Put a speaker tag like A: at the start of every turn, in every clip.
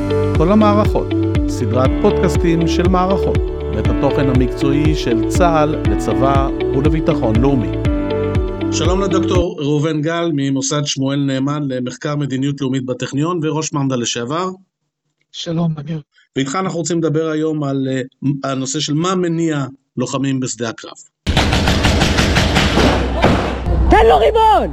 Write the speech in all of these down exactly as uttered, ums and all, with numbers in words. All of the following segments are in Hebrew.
A: כל המערכות, סדרת פודקאסטים של מערכות, בית התוכן המקצועי של צה"ל לצבא ולביטחון לאומי. שלום לדוקטור ראובן גל ממוסד שמואל נאמן למחקר מדיניות לאומית בטכניון וראש ממד"ה לשעבר.
B: שלום, אמיר.
A: ואיתך אנחנו רוצים לדבר היום על הנושא של מה מניע לוחמים בשדה הקרב.
C: תן לו ריבון!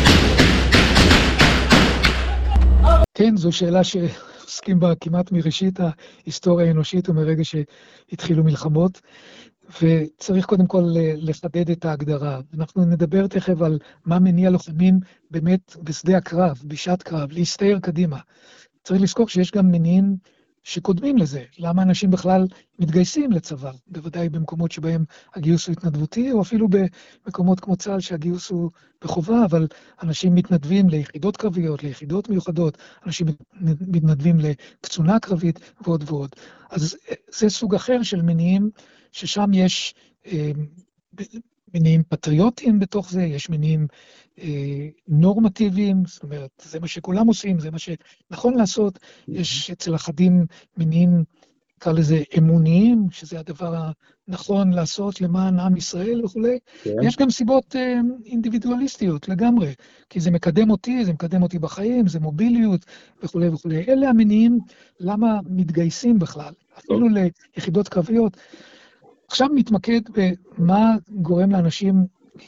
B: כן, זו שאלה שעוסקים בה כמעט מראשית ההיסטוריה האנושית ומרגע שהתחילו מלחמות, וצריך קודם כל לחדד את ההגדרה. אנחנו נדבר תכף על מה מניע לוחמים באמת בשדה הקרב, בשעת קרב, להסתער קדימה. צריך לזכור שיש גם מניעים שקודמים לזה. למה אנשים בכלל מתגייסים לצבא? בוודאי במקומות שבהם הגיוס הוא התנדבותי, או אפילו במקומות כמו צה"ל שהגיוס הוא בחובה, אבל אנשים מתנדבים ליחידות קרביות, ליחידות מיוחדות, אנשים מתנדבים לקצונה קרבית ועוד ועוד. אז זה סוג אחר של מניעים, ששם יש אה, מניעים פטריוטיים בתוך זה, יש מניעים אה, נורמטיביים, זאת אומרת, זה מה שכולם עושים, זה מה שנכון לעשות. יש אצל אחדים מניעים, קרא לזה אמוניים, שזה הדבר הנכון לעשות למען עם ישראל וכו'.
A: כן.
B: יש גם סיבות אה, אינדיבידואליסטיות לגמרי, כי זה מקדם אותי, זה מקדם אותי בחיים, זה מוביליות וכו' וכו'. אלה המניעים למה מתגייסים בכלל, אפילו ליחידות קרביות. עכשיו מתמקד במה גורם לאנשים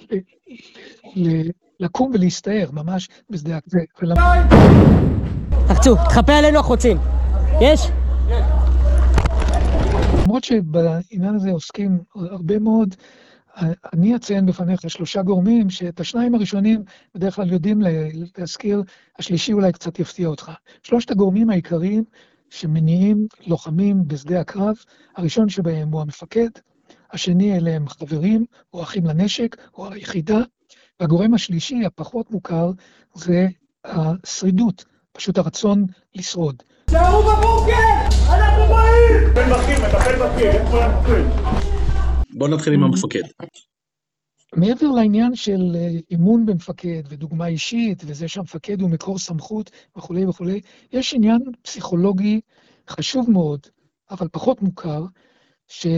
B: לקום ולהסתער ממש בשדה הקרב.
C: תחצו, תחפה עלינו החוצים. יש?
B: למרות שבעניין הזה עוסקים הרבה מאוד, אני אציין בפניך שלושה גורמים, שאת השניים הראשונים בדרך כלל יודעים להזכיר, השלישי אולי קצת יפתיע אותך. שלושת הגורמים העיקריים שמניעים לוחמים בשדה הקרב, הראשון שבהם הוא המפקד, השני אלה הם חברים או אחים לנשק או היחידה, והגורם השלישי הפחות מוכר זה השרידות, פשוט הרצון לשרוד.
D: שערו בבוקר! אנחנו באים! מטפל בכיר, מטפל בכיר, איך כולם בכיר?
A: בוא נתחיל עם המפקד.
B: מעבר לעניין של אימון במפקד ודוגמה אישית, וזה שהמפקד הוא מקור סמכות וכו' וכו', יש עניין פסיכולוגי חשוב מאוד, אבל פחות מוכר, ש,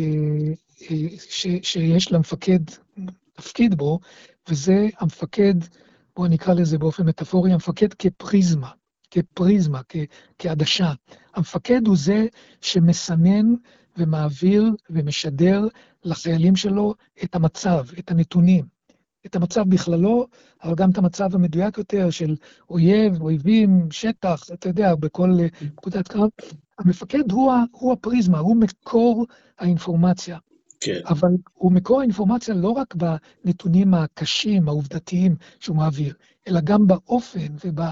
B: ש, שיש למפקד תפקיד בו, וזה המפקד, בואו נקרא לזה באופן מטאפורי, המפקד כפריזמה, כפריזמה, כ, כעדשה. המפקד הוא זה שמסנן ומעביר ומשדר לחיילים שלו את המצב, את הנתונים, את המצב בכללו, אבל גם את המצב המדויק יותר של אויב, אויבים, שטח, אתה יודע, בכל פקודת קרב. המפקד הוא, הוא הפריזמה, הוא מקור האינפורמציה.
A: כן.
B: אבל הוא מקור האינפורמציה לא רק בנתונים הקשים, העובדתיים שהוא מעביר, אלא גם באופן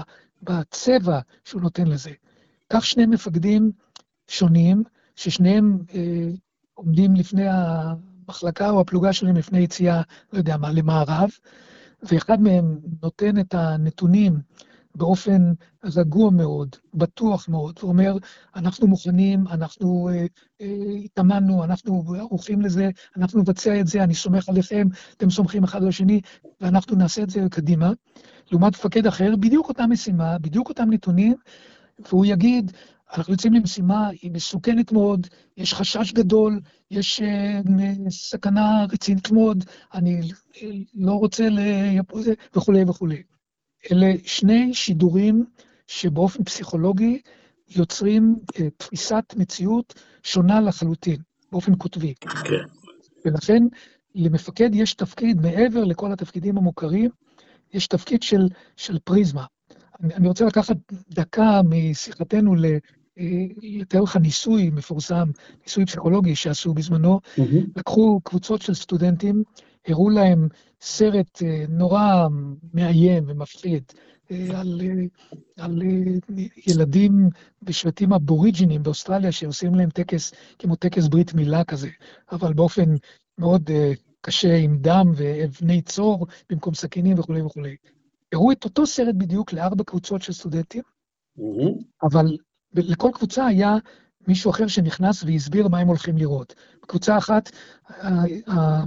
B: ובצבע שהוא נותן לזה. כך שני מפקדים שונים, ששניהם אה, עומדים לפני המחלקה או הפלוגה שלהם לפני יציאה, לא יודע מה, למערב, ואחד מהם נותן את הנתונים באופן רגוע מאוד, בטוח מאוד, ואומר, אנחנו מוכנים, אנחנו אה, אה, התאמנו, אנחנו ערוכים לזה, אנחנו נבצע את זה, אני סומך עליכם, אתם סומכים אחד על השני, ואנחנו נעשה את זה קדימה. לעומת מפקד אחר, בדיוק אותה משימה, בדיוק אותם נתונים, והוא יגיד, אנחנו יוצאים למשימה, היא מסוכנת מאוד, יש חשש גדול, יש uh, סכנה רצינית מאוד, אני לא רוצה ליפול זה, וכו' וכו'. אלה שני שידורים שבאופן פסיכולוגי יוצרים uh, תפיסת מציאות שונה לחלוטין, באופן כותבי.
A: כן.
B: ולכן למפקד יש תפקיד, מעבר לכל התפקידים המוכרים, יש תפקיד של, של פריזמה. אני, אני רוצה לקחת דקה משיחתנו ל... לתאר לך ניסוי מפורסם, ניסוי פסיכולוגי שעשו בזמנו, mm-hmm. לקחו קבוצות של סטודנטים, הראו להם סרט נורא מאיים ומפחיד, על, על ילדים בשבטים אבוריג'ינים באוסטרליה, שעושים להם טקס, כמו טקס ברית מילה כזה, אבל באופן מאוד קשה, עם דם ואבני צור, במקום סכינים וכו' וכו'. הראו את אותו סרט בדיוק לארבע קבוצות של סטודנטים, mm-hmm. אבל לכל קבוצה היה מישהו אחר שנכנס והסביר מה הם הולכים לראות. בקבוצה אחת,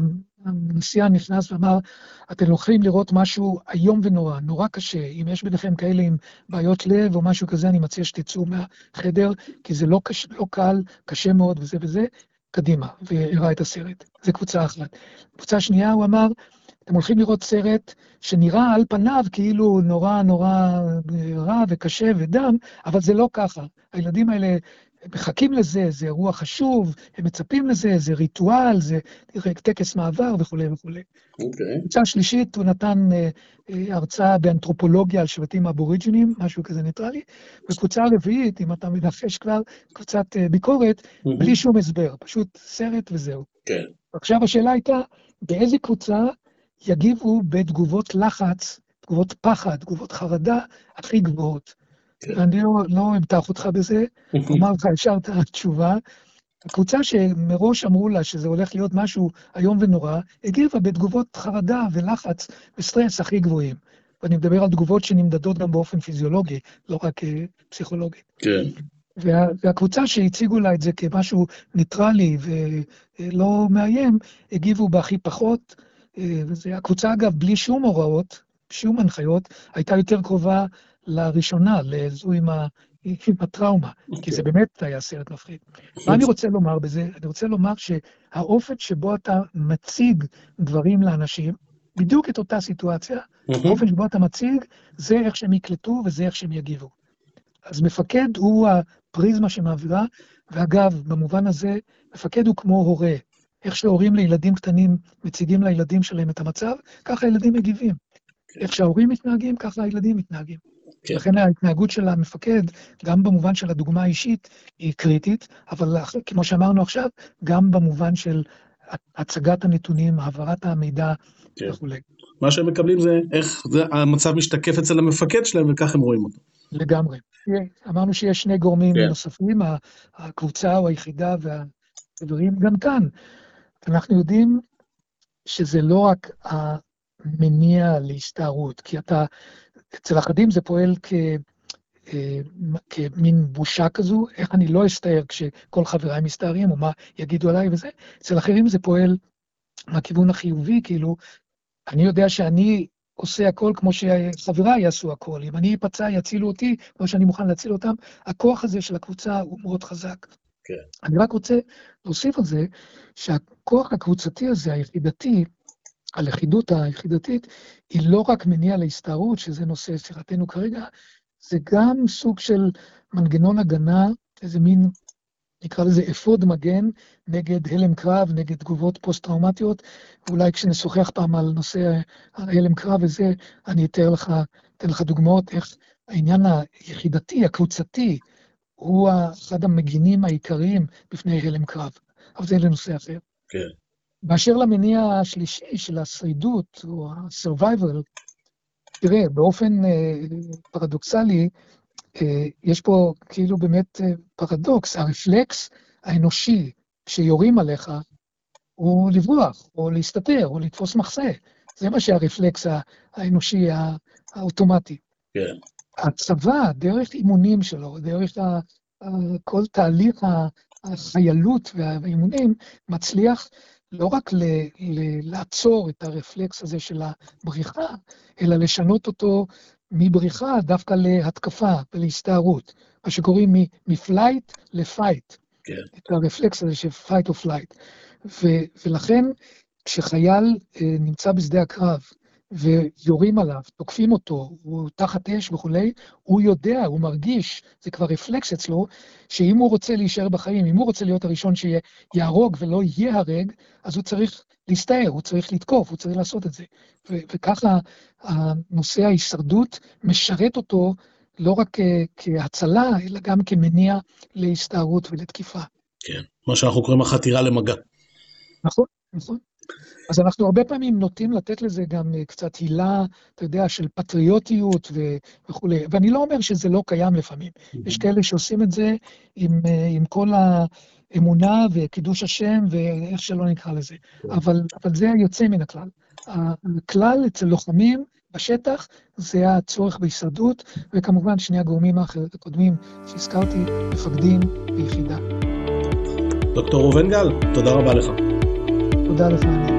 B: הנשיא נכנס ואמר, אתם הולכים לראות משהו איום ונורא, נורא קשה, אם יש ביניכם כאלה עם בעיות לב או משהו כזה, אני מציע שתצאו מהחדר, כי זה לא, קש, לא קל, קשה מאוד וזה וזה, קדימה, והראה את הסרט. זה קבוצה אחת. קבוצה שנייה, הוא אמר, אתם הולכים לראות סרט שנראה על פניו כאילו נורא נורא רע וקשה ודם, אבל זה לא ככה. הילדים האלה מחכים לזה, זה אירוע חשוב, הם מצפים לזה, זה ריטואל, זה טקס מעבר וכו' וכו'.
A: אוקיי.
B: קבוצה שלישית, הוא נתן אה, אה, הרצאה באנתרופולוגיה על שבטים אבוריג'ינים, משהו כזה ניטרלי, וקבוצה רביעית, אם אתה מנחש כבר, קבוצת אה, ביקורת, mm-hmm. בלי שום הסבר, פשוט סרט וזהו.
A: כן.
B: עכשיו השאלה הייתה, באיזה קבוצה יגיבו בתגובות לחץ, תגובות פחד, תגובות חרדה, הכי גבוהות. ואני לא, לא אמתח אותך בזה, אומר לך ישר את התשובה. הקבוצה שמראש אמרו לה שזה הולך להיות משהו איום ונורא, הגיבה בתגובות חרדה ולחץ וסטרס הכי גבוהים. ואני מדבר על תגובות שנמדדות גם באופן פיזיולוגי, לא רק פסיכולוגי.
A: כן.
B: וה, והקבוצה שהציגו לה את זה כמשהו ניטרלי ולא מאיים, הגיבו בהכי פחות, וזה הקבוצה אגב בלי שום הוראות, שום הנחיות, הייתה יותר קרובה לראשונה, לזו עם, ה, עם הטראומה, okay. כי זה באמת היה סרט מפחיד. מה אני רוצה לומר בזה? אני רוצה לומר שהאופן שבו אתה מציג דברים לאנשים, בדיוק את אותה סיטואציה, mm-hmm. האופן שבו אתה מציג, זה איך שהם יקלטו וזה איך שהם יגיבו. אז מפקד הוא הפריזמה שמעבירה, ואגב, במובן הזה, מפקד הוא כמו הורה. איך שההורים לילדים קטנים מציגים לילדים שלהם את המצב, ככה הילדים מגיבים. איך שההורים מתנהגים, ככה הילדים מתנהגים. Okay. לכן ההתנהגות של המפקד, גם במובן של הדוגמה האישית, היא קריטית, אבל כמו שאמרנו עכשיו, גם במובן של הצגת הנתונים, העברת המידע okay. וכו'.
A: מה שהם מקבלים זה איך זה, המצב משתקף אצל המפקד שלהם, וכך הם רואים אותו.
B: לגמרי. אמרנו שיש שני גורמים
A: okay.
B: נוספים, הקבוצה או היחידה והדברים. גם כאן, אנחנו יודעים שזה לא רק המניע להסתערות, כי אתה, אצל אחדים זה פועל כ, כמין בושה כזו, איך אני לא אסתער כשכל חבריי מסתערים, או מה יגידו עליי וזה. אצל אחרים זה פועל מהכיוון החיובי, כאילו, אני יודע שאני עושה הכל כמו שחבריי יעשו הכל. אם אני אפצע, יצילו אותי, כמו שאני מוכן להציל אותם. הכוח הזה של הקבוצה הוא מאוד חזק. Okay. אני רק רוצה להוסיף על זה, שהכוח הקבוצתי הזה, היחידתי, הלכידות היחידתית, היא לא רק מניע להסתערות, שזה נושא שיחתנו כרגע, זה גם סוג של מנגנון הגנה, איזה מין, נקרא לזה אפוד מגן, נגד הלם קרב, נגד תגובות פוסט-טראומטיות, ואולי כשנשוחח פעם על נושא ההלם קרב וזה, אני אתאר לך, אתן לך דוגמאות, איך העניין היחידתי, הקבוצתי, הוא אחד המגינים העיקריים בפני הלם קרב. אבל זה לנושא אחר.
A: כן. Okay.
B: באשר למניע השלישי של השרידות, או ה-survival, תראה, באופן אה, פרדוקסלי, אה, יש פה כאילו באמת אה, פרדוקס, הרפלקס האנושי שיורים עליך, הוא לברוח, או להסתתר, או לתפוס מחסה. זה מה שהרפלקס האנושי האוטומטי.
A: כן. Okay.
B: הצבא, דרך אימונים שלו, דרך ה, ה, כל תהליך החיילות והאימונים, מצליח לא רק ל, ל, לעצור את הרפלקס הזה של הבריחה, אלא לשנות אותו מבריחה דווקא להתקפה ולהסתערות. מה שקוראים מפלייט לפייט.
A: כן.
B: את הרפלקס הזה של fight or flight. ו, ולכן, כשחייל אה, נמצא בשדה הקרב, ויורים עליו, תוקפים אותו, הוא תחת אש וכולי, הוא יודע, הוא מרגיש, זה כבר רפלקס אצלו, שאם הוא רוצה להישאר בחיים, אם הוא רוצה להיות הראשון שיהרוג ולא יהיה הרג, אז הוא צריך להסתער, הוא צריך לתקוף, הוא צריך לעשות את זה. ו- וככה הנושא ההישרדות משרת אותו לא רק כהצלה, אלא גם כמניע להסתערות ולתקיפה.
A: כן, מה שאנחנו קוראים החתירה למגע.
B: נכון, נכון. אז אנחנו הרבה פעמים נוטים לתת לזה גם קצת הילה, אתה יודע, של פטריוטיות וכו'. ואני לא אומר שזה לא קיים לפעמים. יש כאלה שעושים את זה עם, עם כל האמונה וקידוש השם ואיך שלא נקרא לזה. אבל, אבל זה יוצא מן הכלל. הכלל אצל לוחמים בשטח זה הצורך בהישרדות, וכמובן שני הגורמים הקודמים שהזכרתי, מפקדים ויחידה.
A: דוקטור ראובן גל, תודה רבה לך.
B: תודה לך.